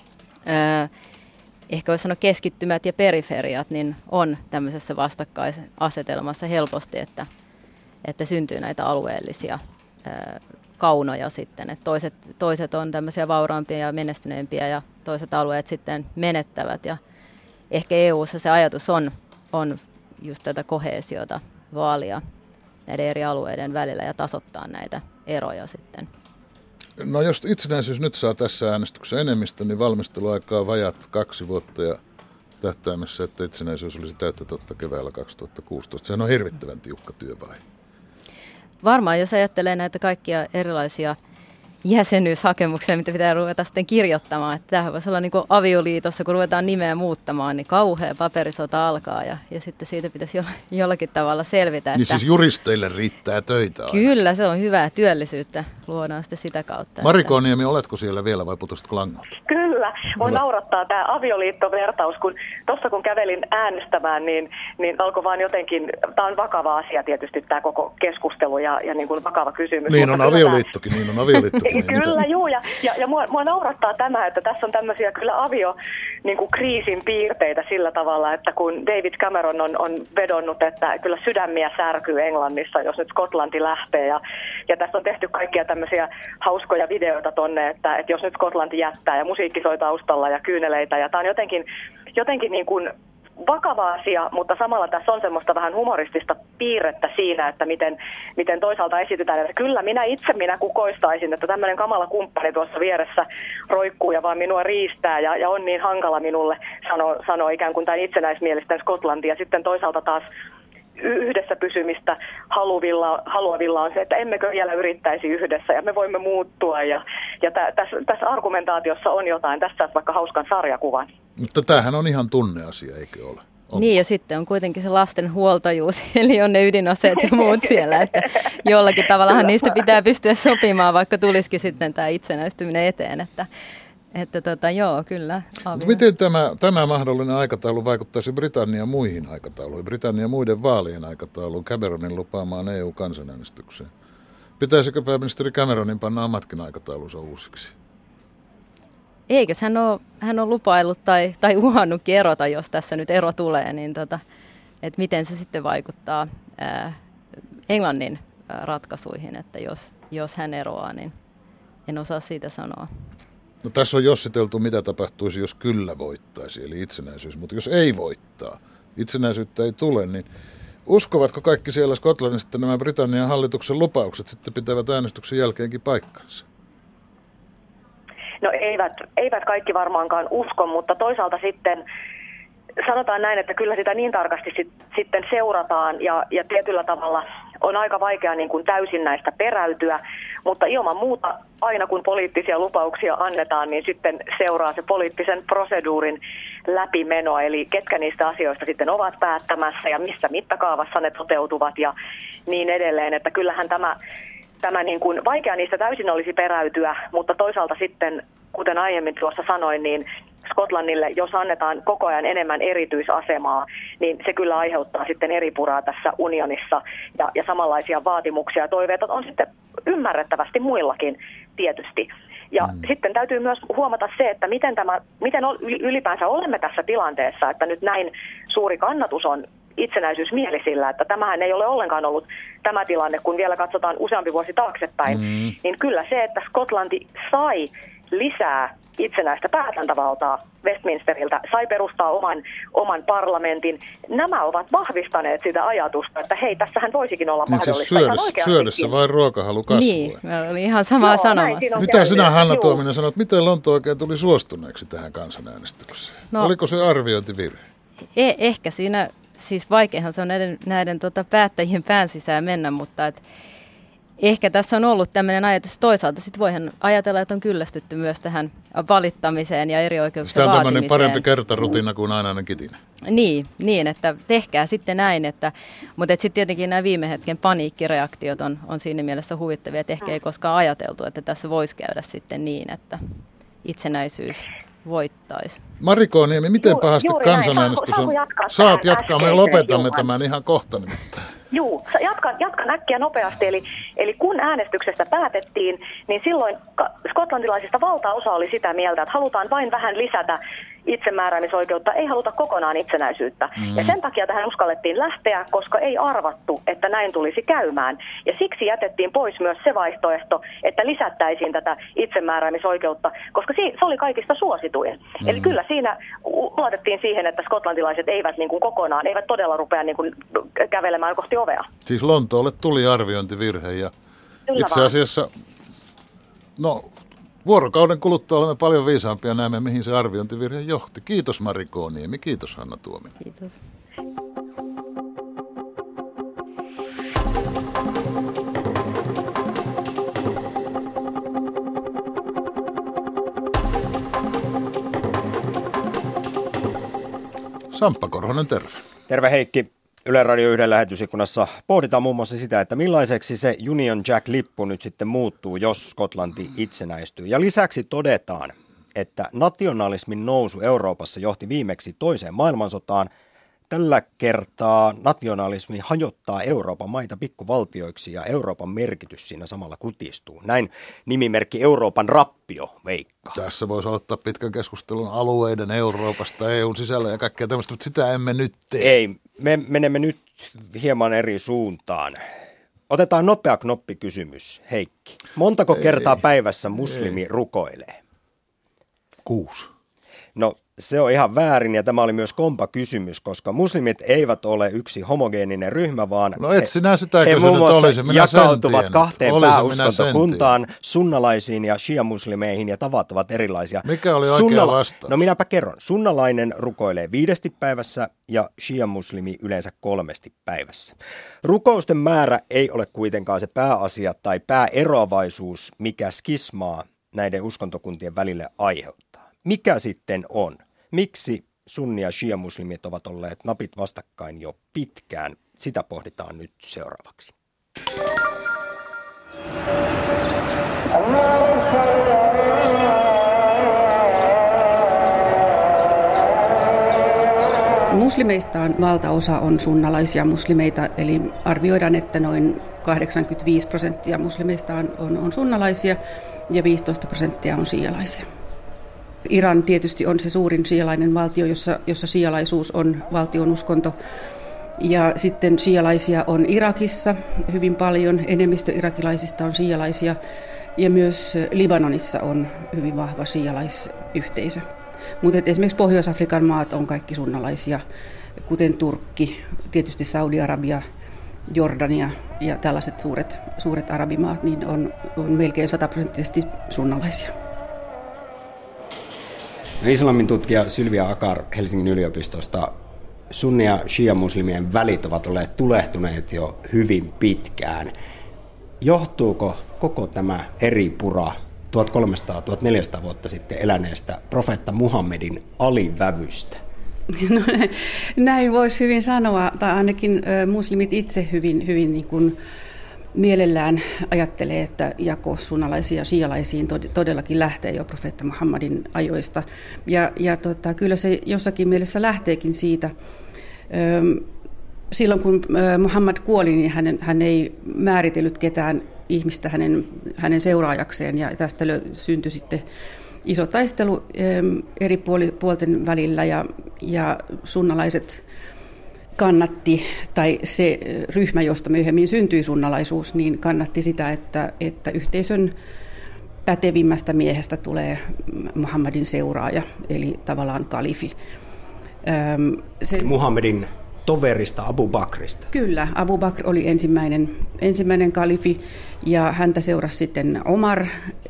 ää, ehkä voisi sanoa keskittymät ja periferiat, niin on tämmöisessä vastakkaisasetelmassa helposti, että, että syntyy näitä alueellisia ää, kaunoja sitten. Että toiset, toiset on tämmöisiä vauraampia ja menestyneempiä ja toiset alueet sitten menettävät. Ja ehkä E U:ssa se ajatus on, on just tätä koheesiota vaalia näiden eri alueiden välillä ja tasoittaa näitä eroja sitten. No jos itsenäisyys nyt saa tässä äänestyksessä enemmistö, niin valmisteluaikaa vajat kaksi vuotta ja tähtäimessä, että itsenäisyys olisi täyttä totta keväällä kaksituhattakuusitoista. Sehän on hirvittävän tiukka työvaihe. Varmaan, jos ajattelee näitä kaikkia erilaisia jäsenyyshakemuksia, mitä pitää ruveta sitten kirjoittamaan. Että tämähän voisi olla niin kuin avioliitossa, kun ruvetaan nimeä muuttamaan, niin kauhea paperisota alkaa ja, ja sitten siitä pitäisi jollakin tavalla selvitä. Niin että siis juristeille riittää töitä aina. Kyllä, se on hyvää työllisyyttä. Luodaan sitten sitä kautta. Mari Kooniemi, oletko siellä vielä vai putositko langalta? Kyllä, voi naurattaa tämä avioliittovertaus, kun tuossa kun kävelin äänestämään, niin, niin alkoi vaan jotenkin, tämä on vakava asia tietysti tämä koko keskustelu ja, ja niin kuin vakava kysymys. Niin on avioliittokin, niin on avioliittokin. Kyllä, juu, ja, ja, ja mua, mua naurattaa tämä, että tässä on tämmöisiä kyllä avio niin kuin kriisin piirteitä sillä tavalla, että kun David Cameron on, on vedonnut, että kyllä sydämiä särkyy Englannissa, jos nyt Skotlanti lähtee, ja, ja tässä on tehty kaikkia tämmöisiä hauskoja videoita tonne, että, että jos nyt Skotlanti jättää, ja musiikki soi taustalla, ja kyyneleitä, ja tämä on jotenkin, jotenkin niin kuin vakava asia, mutta samalla tässä on semmoista vähän humoristista piirrettä siinä, että miten, miten toisaalta esitetään, että kyllä minä itse minä kukoistaisin, että tämmöinen kamala kumppani tuossa vieressä roikkuu ja vaan minua riistää ja, ja on niin hankala minulle sanoa sano ikään kuin tämän itsenäismielisten Skotlanti. Ja sitten toisaalta taas yhdessä pysymistä haluvilla, haluavilla on se, että emmekö vielä yrittäisi yhdessä ja me voimme muuttua. Ja, ja tä, tässä, tässä argumentaatiossa on jotain. Tässä on vaikka hauskan sarjakuvan. Mutta tämähän on ihan tunneasia, eikö ole? On. Niin, ja sitten on kuitenkin se lasten huoltajuus, eli on ne ydinaseet ja muut siellä, että jollakin tavallahan niistä pitää pystyä sopimaan, vaikka tulisikin sitten tämä itsenäistyminen eteen, että, että tota, joo, kyllä. Miten tämä, tämä mahdollinen aikataulu vaikuttaisi Britannian muihin aikatauluihin, Britannian muiden vaalien aikatauluun, Cameronin lupaamaan E U-kansanäänestykseen? Pitäisikö pääministeri Cameronin panna omatkin aikataulunsa uusiksi? Eikös hän ole, hän on lupaillut tai, tai uhannutkin erota, jos tässä nyt ero tulee, niin tota, että miten se sitten vaikuttaa ää, Englannin ää, ratkaisuihin, että jos, jos hän eroaa, niin en osaa siitä sanoa. No tässä on jossiteltu, mitä tapahtuisi, jos kyllä voittaisi, eli itsenäisyys, mutta jos ei voittaa, itsenäisyyttä ei tule, niin uskovatko kaikki siellä Skotlannissa, että nämä Britannian hallituksen lupaukset sitten pitävät äänestyksen jälkeenkin paikkansa? No eivät, eivät kaikki varmaankaan usko, mutta toisaalta sitten sanotaan näin, että kyllä sitä niin tarkasti sit, sitten seurataan ja, ja tietyllä tavalla on aika vaikea niin kuin täysin näistä peräytyä, mutta ilman muuta aina kun poliittisia lupauksia annetaan, niin sitten seuraa se poliittisen proseduurin läpimeno, eli ketkä niistä asioista sitten ovat päättämässä ja missä mittakaavassa ne toteutuvat ja niin edelleen, että kyllähän tämä Tämä niin kuin, vaikea niistä täysin olisi peräytyä, mutta toisaalta sitten, kuten aiemmin tuossa sanoin, niin Skotlannille, jos annetaan koko ajan enemmän erityisasemaa, niin se kyllä aiheuttaa sitten eripuraa tässä unionissa ja, ja samanlaisia vaatimuksia ja toiveita on sitten ymmärrettävästi muillakin tietysti. Ja mm. sitten täytyy myös huomata se, että miten, tämä, miten ylipäänsä olemme tässä tilanteessa, että nyt näin suuri kannatus on itsenäisyysmielisillä, että tämähän ei ole ollenkaan ollut tämä tilanne, kun vielä katsotaan useampi vuosi taaksepäin, mm. niin kyllä se, että Skotlanti sai lisää itsenäistä päätäntävaltaa Westminsteriltä, sai perustaa oman, oman parlamentin. Nämä ovat vahvistaneet sitä ajatusta, että hei, tässähän voisikin olla niin mahdollista. Siis syödessä, syödessä vai ruokahalu kasvua? Niin, oli ihan samaa Joo, sanomassa. Mitä sinä, Hanna Tuominen, sanot, miten Lonto oikein tuli suostuneeksi tähän kansanäänestykseen? No, oliko se arviointivirhe? E- ehkä siinä, siis vaikeahan se on näiden, näiden tota, päättäjien pään sisään mennä, mutta et, ehkä tässä on ollut tämmöinen ajatus. Toisaalta sitten voihan ajatella, että on kyllästytty myös tähän valittamiseen ja eri oikeuksien vaatimiseen. Tämä on tämmöinen parempi kertarutina kuin ainainen kitinä. Niin, niin, että tehkää sitten näin. Että, mutta sitten tietenkin nämä viime hetken paniikkireaktiot on, on siinä mielessä huvittavia, että ehkä ei koskaan ajateltu, että tässä voisi käydä sitten niin, että itsenäisyys voittaisi. Mari Kooniemi, miten pahasti kansanäänestys on? Saat jatkaa, me lopetamme tämän ihan kohta nimittäin. Juu, jatkan, jatkan äkkiä nopeasti. Eli, eli kun äänestyksestä päätettiin, niin silloin skotlantilaisista valtaosa oli sitä mieltä, että halutaan vain vähän lisätä itsemääräämisoikeutta, ei haluta kokonaan itsenäisyyttä. Mm. Ja sen takia tähän uskallettiin lähteä, koska ei arvattu, että näin tulisi käymään. Ja siksi jätettiin pois myös se vaihtoehto, että lisättäisiin tätä itsemääräämisoikeutta, koska se oli kaikista suosituin. Mm. Eli kyllä siinä luotettiin siihen, että skotlantilaiset eivät niin kuin kokonaan, eivät todella rupea niin kuin kävelemään kohti ovea. Siis Lontoolle tuli arviointivirhe ja kyllä itse asiassa, no vuorokauden kuluttua olemme paljon viisaampia, näemme mihin se arviointivirhe johti. Kiitos Mari Kooniemi, kiitos Hanna Tuominen. Kiitos. Samppa Korhonen, terve. Terve Heikki. Yle Radio yhden lähetysikkunassa pohditaan muun muassa sitä, että millaiseksi se Union Jack-lippu nyt sitten muuttuu, jos Skotlanti itsenäistyy. Ja lisäksi todetaan, että nationalismin nousu Euroopassa johti viimeksi toiseen maailmansotaan. Tällä kertaa nationalismi hajottaa Euroopan maita pikkuvaltioiksi ja Euroopan merkitys siinä samalla kutistuu. Näin nimimerkki Euroopan rappio veikkaa. Tässä voisi aloittaa pitkän keskustelun alueiden Euroopasta, E U:n sisällä ja kaikkea tämmöistä, mutta sitä emme nyt tee. Ei, me menemme nyt hieman eri suuntaan. Otetaan nopea knoppikysymys, Heikki. Montako ei, kertaa päivässä muslimi ei. rukoilee? Kuusi. No se on ihan väärin ja tämä oli myös kompa kysymys, koska muslimit eivät ole yksi homogeeninen ryhmä, vaan no et sinä sitä he, he muun muassa olisi, jakautuvat kahteen pääuskontokuntaan, sunnalaisiin ja shia-muslimeihin ja tavat ovat erilaisia. Mikä oli oikea Sunnala- vastaus? No minäpä kerron. Sunnalainen rukoilee viidesti päivässä ja shia-muslimi yleensä kolmesti päivässä. Rukousten määrä ei ole kuitenkaan se pääasia tai pääeroavaisuus, mikä skismaa näiden uskontokuntien välille aiheuttaa. Mikä sitten on? Miksi sunni- ja shia-muslimit ovat olleet napit vastakkain jo pitkään? Sitä pohditaan nyt seuraavaksi. Muslimeista valtaosa on sunnalaisia muslimeita, eli arvioidaan, että noin kahdeksankymmentäviisi prosenttia muslimeista on, on, on sunnalaisia ja viisitoista prosenttia on shialaisia. Iran tietysti on se suurin shialainen valtio, jossa, jossa shialaisuus on valtion uskonto. Ja sitten shialaisia on Irakissa hyvin paljon, enemmistö irakilaisista on shialaisia. Ja myös Libanonissa on hyvin vahva shialaisyhteisö. Mutta esimerkiksi Pohjois-Afrikan maat on kaikki sunnalaisia, kuten Turkki, tietysti Saudi-Arabia, Jordania ja tällaiset suuret, suuret arabimaat, niin on, on melkein sataprosenttisesti sunnalaisia. Islamin tutkija Sylvia Akar Helsingin yliopistosta. Sunni- ja shia-muslimien välit ovat olleet tulehtuneet jo hyvin pitkään. Johtuuko koko tämä eri pura tuhatkolmesataa–tuhatneljäsataa vuotta sitten eläneestä profeetta Muhammedin alivävystä? No, näin voisi hyvin sanoa, tai ainakin muslimit itse hyvin, hyvin niin kuin mielellään ajattelee, että jako sunnalaisiin ja shialaisiin todellakin lähtee jo profeetta Muhammadin ajoista. Ja, ja tota, kyllä se jossakin mielessä lähteekin siitä. Silloin kun Muhammad kuoli, niin hän, hän ei määritellyt ketään ihmistä hänen, hänen seuraajakseen, ja tästä syntyi sitten iso taistelu eri puolten välillä, ja, ja sunnalaiset kannatti, tai se ryhmä, josta myöhemmin syntyi sunnalaisuus, niin kannatti sitä, että, että yhteisön pätevimmästä miehestä tulee Muhammedin seuraaja, eli tavallaan kalifi. Se, Muhammedin toverista Abu Bakrista. Kyllä, Abu Bakr oli ensimmäinen, ensimmäinen kalifi ja häntä seurasi sitten Omar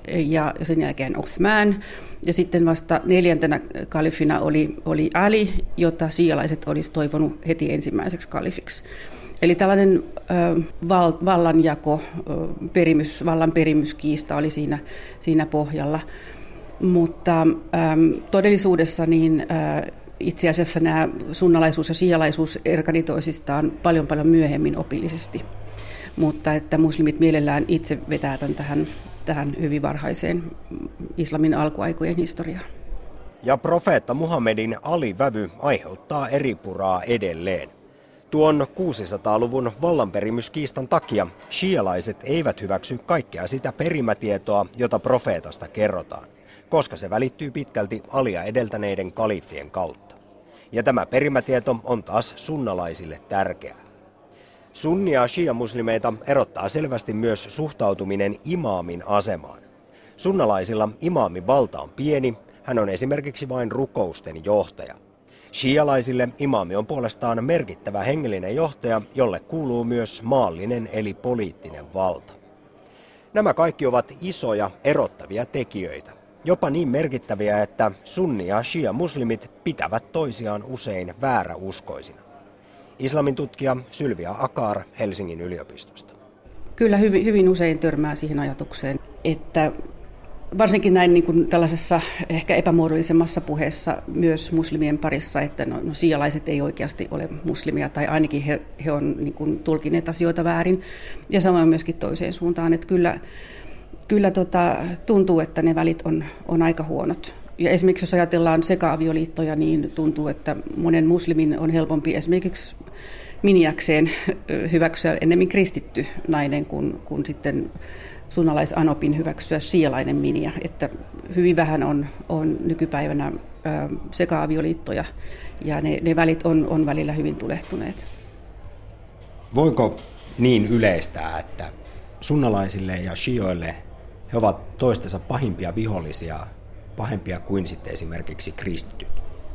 ja sen jälkeen Uthman. Ja sitten vasta neljäntenä kalifina oli, oli Ali, jota shialaiset olisi toivonut heti ensimmäiseksi kalifiksi. Eli tällainen ö, val, vallanjako, ö, perimys, vallan perimyskiista oli siinä, siinä pohjalla. Mutta ö, todellisuudessa niin ö, itse asiassa nämä sunnalaisuus ja shialaisuus erkani toisistaan paljon paljon myöhemmin opillisesti. Mutta että muslimit mielellään itse vetää tämän tähän, tähän hyvin varhaiseen islamin alkuaikojen historiaan. Ja profeetta Muhammedin alivävy aiheuttaa eripuraa edelleen. Tuon kuusisataaluvun vallanperimyskiistan takia shialaiset eivät hyväksy kaikkea sitä perimätietoa, jota profeetasta kerrotaan, koska se välittyy pitkälti Alia edeltäneiden kalifien kautta. Ja tämä perimätieto on taas sunnalaisille tärkeää. Sunni- ja shia-muslimeita erottaa selvästi myös suhtautuminen imaamin asemaan. Sunnalaisilla imaamin valta on pieni, hän on esimerkiksi vain rukousten johtaja. Shialaisille imaami on puolestaan merkittävä hengellinen johtaja, jolle kuuluu myös maallinen eli poliittinen valta. Nämä kaikki ovat isoja erottavia tekijöitä, jopa niin merkittäviä, että sunni- ja shia-muslimit pitävät toisiaan usein vääräuskoisina. Islamin tutkija Sylvia Akar Helsingin yliopistosta. Kyllä hyvin, hyvin usein törmää siihen ajatukseen, että varsinkin näin niin kuin tällaisessa ehkä epämuodollisemmassa puheessa myös muslimien parissa, että no, no shialaiset ei oikeasti ole muslimia tai ainakin he, he on niin kuin tulkineet asioita väärin ja samoin myöskin toiseen suuntaan, että kyllä, kyllä tota, tuntuu, että ne välit on, on aika huonot. Ja esimerkiksi jos ajatellaan seka-avioliittoja, niin tuntuu, että monen muslimin on helpompi esimerkiksi miniäkseen hyväksyä ennemmin kristitty nainen kuin, kuin sitten sunnalaisanopin hyväksyä shialainen miniä. Että hyvin vähän on, on nykypäivänä ö, seka-avioliittoja ja ne, ne välit on, on välillä hyvin tulehtuneet. Voiko niin yleistää, että sunnalaisille ja shioille he ovat toistensa pahimpia vihollisia, pahempia kuin sitten esimerkiksi kristityt?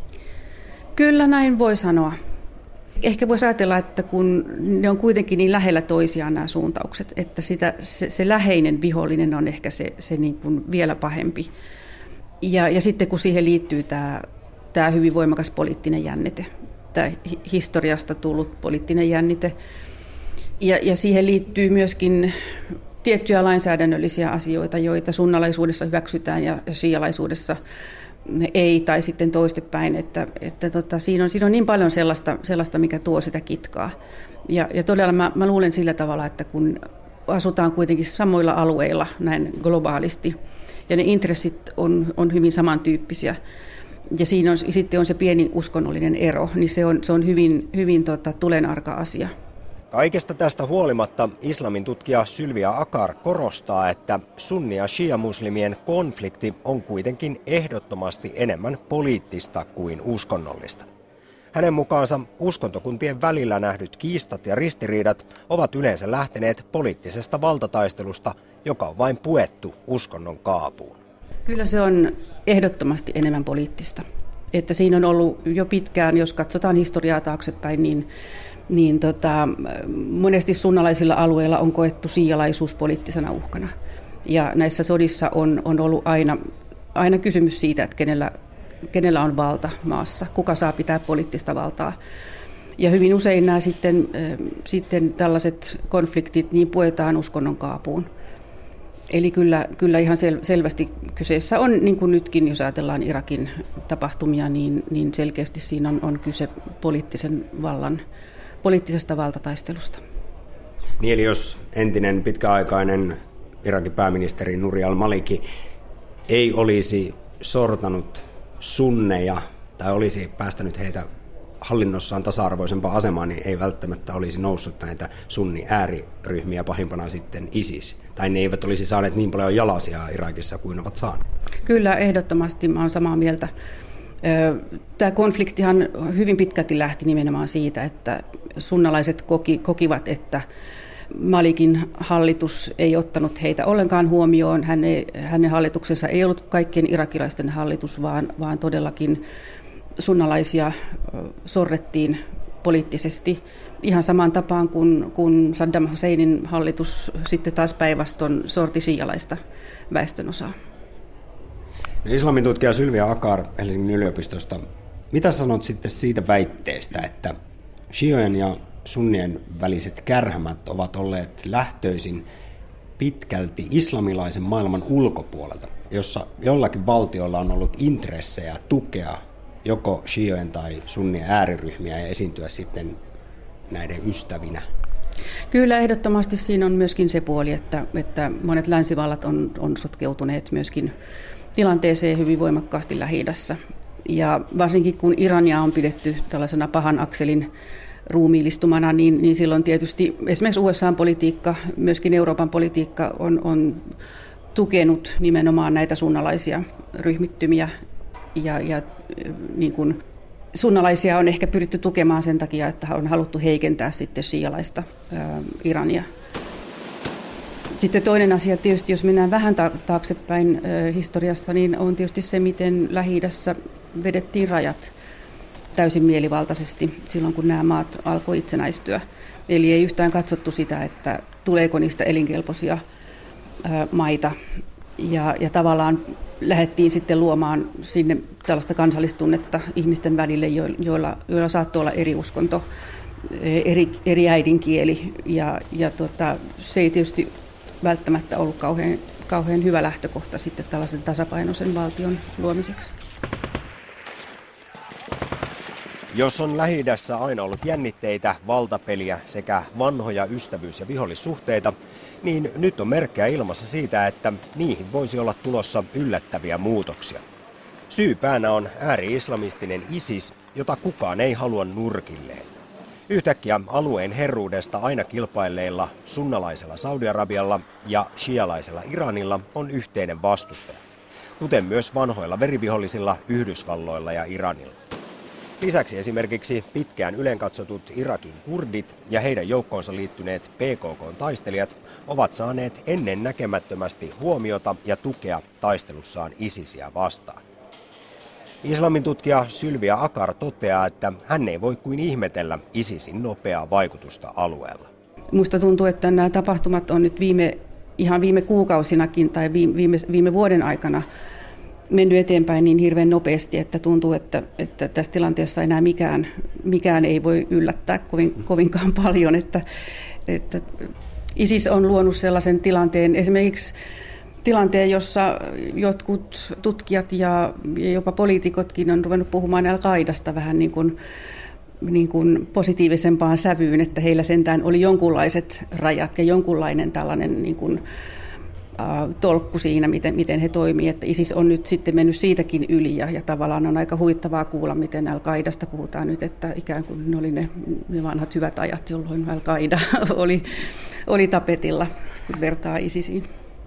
Kyllä näin voi sanoa. Ehkä voisi ajatella, että kun ne on kuitenkin niin lähellä toisiaan nämä suuntaukset, että sitä, se, se läheinen vihollinen on ehkä se, se niin kuin vielä pahempi. Ja, ja sitten kun siihen liittyy tämä, tämä hyvin voimakas poliittinen jännite, tämä historiasta tullut poliittinen jännite, ja, ja siihen liittyy myöskin tiettyjä lainsäädännöllisiä asioita, joita sunnalaisuudessa hyväksytään ja shialaisuudessa ei, tai sitten toistepäin, että, että tota, siinä, on, siinä on niin paljon sellaista, sellaista mikä tuo sitä kitkaa. Ja, ja todella mä, mä luulen sillä tavalla, että kun asutaan kuitenkin samoilla alueilla näin globaalisti, ja ne intressit on, on hyvin samantyyppisiä, ja siinä on, sitten on se pieni uskonnollinen ero, niin se on, se on hyvin, hyvin tota, tulenarka asia. Kaikesta tästä huolimatta islamin tutkija Sylvia Akar korostaa, että sunni- ja shia-muslimien konflikti on kuitenkin ehdottomasti enemmän poliittista kuin uskonnollista. Hänen mukaansa uskontokuntien välillä nähdyt kiistat ja ristiriidat ovat yleensä lähteneet poliittisesta valtataistelusta, joka on vain puettu uskonnon kaapuun. Kyllä se on ehdottomasti enemmän poliittista. Että siinä on ollut jo pitkään, jos katsotaan historiaa taaksepäin, niin niin tota, monesti sunnalaisilla alueilla on koettu shialaisuus poliittisena uhkana. Ja näissä sodissa on, on ollut aina, aina kysymys siitä, että kenellä, kenellä on valta maassa, kuka saa pitää poliittista valtaa. Ja hyvin usein nämä sitten, sitten tällaiset konfliktit niin puetaan uskonnon kaapuun. Eli kyllä, kyllä ihan sel, selvästi kyseessä on, niin kuin nytkin, jos ajatellaan Irakin tapahtumia, niin, niin selkeästi siinä on, on kyse poliittisen vallan poliittisesta valtataistelusta. Niin eli jos entinen pitkäaikainen Irakin pääministeri Nuri al-Maliki ei olisi sortanut sunneja tai olisi päästänyt heitä hallinnossaan tasa-arvoisempaan asemaan, niin ei välttämättä olisi noussut näitä sunni-ääriryhmiä, pahimpana sitten ISIS. Tai ne eivät olisi saaneet niin paljon jalasia Irakissa kuin ovat saaneet. Kyllä, ehdottomasti olen samaa mieltä. Tämä konfliktihan hyvin pitkälti lähti nimenomaan siitä, että sunnalaiset koki, kokivat, että Malikin hallitus ei ottanut heitä ollenkaan huomioon. Hän ei, hänen hallituksensa ei ollut kaikkien irakilaisten hallitus, vaan, vaan todellakin sunnalaisia sorrettiin poliittisesti ihan samaan tapaan kuin, kuin Saddam Husseinin hallitus sitten taas päinvastoin sorti shialaista väestönosaa. Islamin tutkija Sylvia Akar Helsingin yliopistosta. Mitä sanot sitten siitä väitteestä, että shiojen ja sunnien väliset kärhämät ovat olleet lähtöisin pitkälti islamilaisen maailman ulkopuolelta, jossa jollakin valtiolla on ollut intressejä tukea joko shiojen tai sunnien ääriryhmiä ja esiintyä sitten näiden ystävinä? Kyllä, ehdottomasti siinä on myöskin se puoli, että, että monet länsivallat on, on sotkeutuneet myöskin tilanteeseen hyvin voimakkaasti Lähi-idässä. Ja varsinkin kun Irania on pidetty tällaisena pahan akselin ruumiillistumana, niin, niin silloin tietysti esimerkiksi U S A-politiikka, myöskin Euroopan politiikka on, on tukenut nimenomaan näitä sunnalaisia ryhmittymiä. Ja, ja niin kuin sunnalaisia on ehkä pyritty tukemaan sen takia, että on haluttu heikentää sitten shialaista ää, Irania. Sitten toinen asia tietysti, jos mennään vähän taaksepäin ää, historiassa, niin on tietysti se, miten Lähi-idässä vedettiin rajat täysin mielivaltaisesti silloin, kun nämä maat alkoi itsenäistyä. Eli ei yhtään katsottu sitä, että tuleeko niistä elinkelpoisia ää, maita. Ja, ja tavallaan lähdettiin sitten luomaan sinne tällaista kansallistunnetta ihmisten välille, joilla, joilla saattoi olla eri uskonto, eri, eri äidinkieli. Ja, ja tota, se ei tietysti välttämättä ollut kauhean, kauhean hyvä lähtökohta sitten tällaisen tasapainoisen valtion luomiseksi. Jos on Lähi-idässä aina ollut jännitteitä, valtapeliä sekä vanhoja ystävyys- ja vihollissuhteita, niin nyt on merkkejä ilmassa siitä, että niihin voisi olla tulossa yllättäviä muutoksia. Syypäänä on ääri-islamistinen ISIS, jota kukaan ei halua nurkilleen. Yhtäkkiä alueen herruudesta aina kilpailleilla sunnalaisella Saudi-Arabialla ja shialaisella Iranilla on yhteinen vastustaja, kuten myös vanhoilla verivihollisilla Yhdysvalloilla ja Iranilla. Lisäksi esimerkiksi pitkään ylenkatsotut Irakin kurdit ja heidän joukkoonsa liittyneet P K K-taistelijat ovat saaneet ennen näkemättömästi huomiota ja tukea taistelussaan ISISiä vastaan. Islamin tutkija Sylvia Akar toteaa, että hän ei voi kuin ihmetellä ISISin nopeaa vaikutusta alueella. Musta tuntuu, että nämä tapahtumat on nyt viime, ihan viime kuukausinakin tai viime, viime vuoden aikana mennyt eteenpäin niin hirveän nopeasti, että tuntuu, että, että tässä tilanteessa enää mikään, mikään ei voi yllättää kovin, kovinkaan paljon. Että, että ISIS on luonut sellaisen tilanteen, esimerkiksi tilanteen, jossa jotkut tutkijat ja jopa poliitikotkin on ruvennut puhumaan Al-Qaidasta vähän niin kuin, niin kuin positiivisempaan sävyyn, että heillä sentään oli jonkunlaiset rajat ja jonkunlainen tällainen niin kuin tolkku siinä, miten, miten he toimii, että ISIS on nyt sitten mennyt siitäkin yli ja, ja tavallaan on aika huvittavaa kuulla, miten Al-Qaidasta puhutaan nyt, että ikään kuin ne oli ne, ne vanhat hyvät ajat, jolloin Al-Qaida oli, oli tapetilla, kun vertaa ISISiin.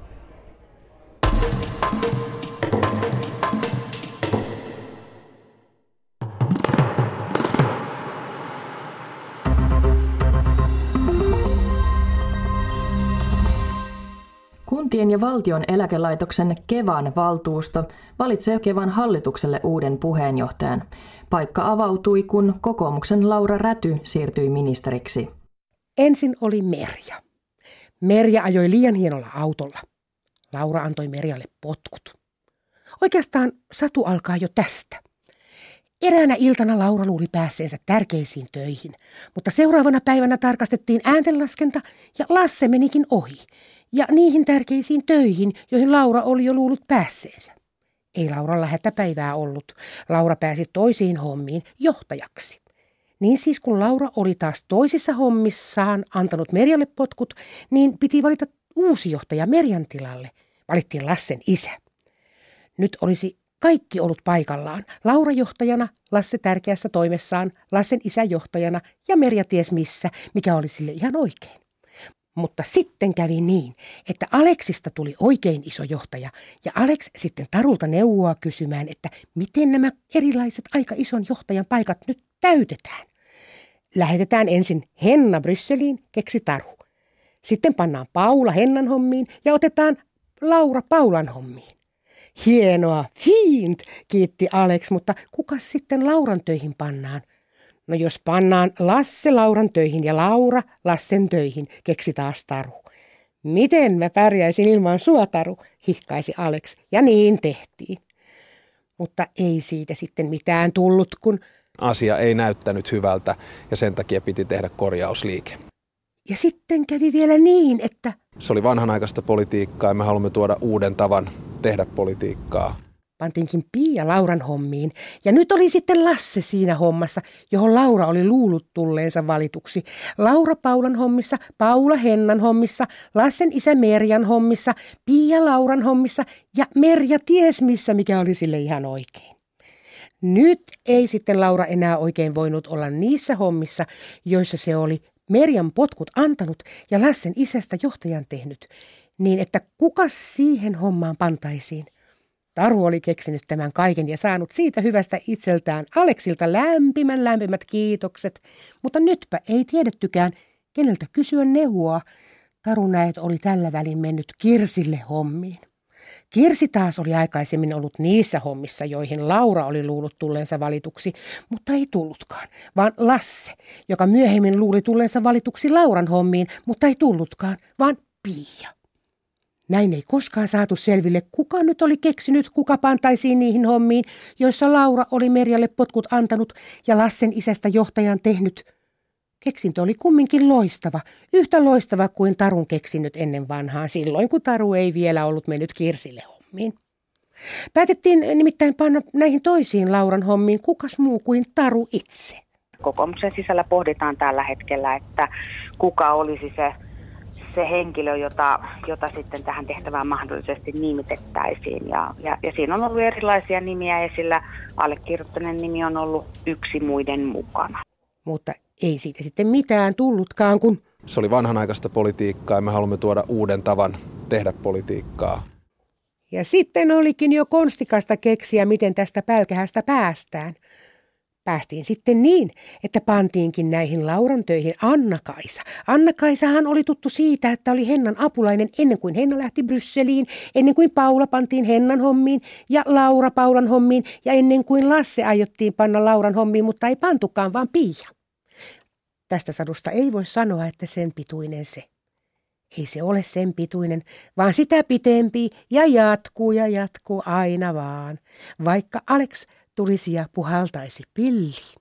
Kuntien ja valtion eläkelaitoksen Kevan valtuusto valitsee Kevan hallitukselle uuden puheenjohtajan. Paikka avautui, kun kokoomuksen Laura Räty siirtyi ministeriksi. Ensin oli Merja. Merja ajoi liian hienolla autolla. Laura antoi Merjalle potkut. Oikeastaan satu alkaa jo tästä. Eräänä iltana Laura luuli päässeensä tärkeisiin töihin, mutta seuraavana päivänä tarkastettiin ääntenlaskenta ja Lasse menikin ohi. Ja niihin tärkeisiin töihin, joihin Laura oli jo luullut päässeensä. Ei Lauralla hätäpäivää ollut. Laura pääsi toisiin hommiin johtajaksi. Niin siis kun Laura oli taas toisissa hommissaan antanut Merjalle potkut, niin piti valita uusi johtaja Merjan tilalle. Valittiin Lassen isä. Nyt olisi kaikki ollut paikallaan. Laura johtajana, Lasse tärkeässä toimessaan, Lassen isä johtajana ja Merja ties missä, mikä oli sille ihan oikein. Mutta sitten kävi niin, että Aleksista tuli oikein iso johtaja ja Alex sitten Tarulta neuvoa kysymään, että miten nämä erilaiset aika ison johtajan paikat nyt täytetään. Lähetetään ensin Henna Brysseliin, keksi Taru. Sitten pannaan Paula Hennan hommiin ja otetaan Laura Paulan hommiin. Hienoa, fiint, kiitti Alex, mutta kukas sitten Lauran töihin pannaan? No jos pannaan Lasse Lauran töihin ja Laura Lassen töihin, keksi taas Taru. Miten mä pärjäisin ilman sua, Taru, hihkaisi Alex, ja niin tehtiin. Mutta ei siitä sitten mitään tullut, kun asia ei näyttänyt hyvältä ja sen takia piti tehdä korjausliike. Ja sitten kävi vielä niin, että se oli vanhanaikaista politiikkaa ja me haluamme tuoda uuden tavan tehdä politiikkaa. Pantiinkin Pia Lauran hommiin ja nyt oli sitten Lasse siinä hommassa, johon Laura oli luullut tulleensa valituksi. Laura Paulan hommissa, Paula Hennan hommissa, Lassen isä Merjan hommissa, Pia Lauran hommissa ja Merja ties missä, mikä oli sille ihan oikein. Nyt ei sitten Laura enää oikein voinut olla niissä hommissa, joissa se oli Merjan potkut antanut ja Lassen isästä johtajan tehnyt, niin että kukas siihen hommaan pantaisiin? Taru oli keksinyt tämän kaiken ja saanut siitä hyvästä itseltään Aleksilta lämpimän lämpimät kiitokset, mutta nytpä ei tiedettykään, keneltä kysyä neuvoa. Taru näet oli tällä välin mennyt Kirsille hommiin. Kirsi taas oli aikaisemmin ollut niissä hommissa, joihin Laura oli luullut tulleensa valituksi, mutta ei tullutkaan, vaan Lasse, joka myöhemmin luuli tulleensa valituksi Lauran hommiin, mutta ei tullutkaan, vaan Pia. Näin ei koskaan saatu selville, kuka nyt oli keksinyt, kuka pantaisiin niihin hommiin, joissa Laura oli Merjalle potkut antanut ja Lassen isästä johtajan tehnyt. Keksintö oli kumminkin loistava, yhtä loistava kuin Tarun keksinyt ennen vanhaan, silloin kun Taru ei vielä ollut mennyt Kirsille hommiin. Päätettiin nimittäin panna näihin toisiin Lauran hommiin kukas muu kuin Taru itse. Kokoomuksen sisällä pohditaan tällä hetkellä, että kuka olisi se, se henkilö, jota, jota sitten tähän tehtävään mahdollisesti nimitettäisiin. Ja, ja, ja siinä on ollut erilaisia nimiä esillä. Allekirjoittaneen nimi on ollut yksi muiden mukana. Mutta ei siitä sitten mitään tullutkaan, kun se oli vanhanaikaista politiikkaa ja me haluamme tuoda uuden tavan tehdä politiikkaa. Ja sitten olikin jo konstikasta keksiä, miten tästä pälkähästä päästään. Päästiin sitten niin, että pantiinkin näihin Lauran töihin Anna-Kaisa. Anna-Kaisahan oli tuttu siitä, että oli Hennan apulainen ennen kuin Henna lähti Brysseliin, ennen kuin Paula pantiin Hennan hommiin ja Laura Paulan hommiin ja ennen kuin Lasse aiottiin panna Lauran hommiin, mutta ei pantukaan, vaan Pia. Tästä sadusta ei voi sanoa, että sen pituinen se. Ei se ole sen pituinen, vaan sitä pitempi ja jatkuu ja jatkuu aina vaan, vaikka Alex tulisi ja puhaltaisi pilliin.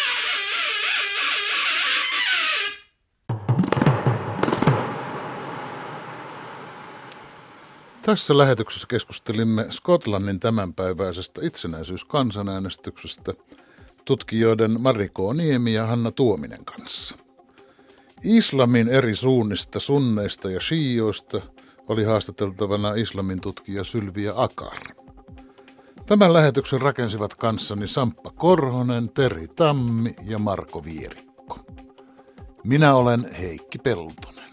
Tässä lähetyksessä keskustelimme Skotlannin tämänpäiväisestä itsenäisyyskansanäänestyksestä tutkijoiden Mari K. Niemi ja Hanna Tuominen kanssa. Islamin eri suunnista, sunneista ja shiioista oli haastateltavana islamin tutkija Sylviä Akar. Tämän lähetyksen rakensivat kanssani Samppa Korhonen, Teri Tammi ja Marko Vierikko. Minä olen Heikki Peltonen.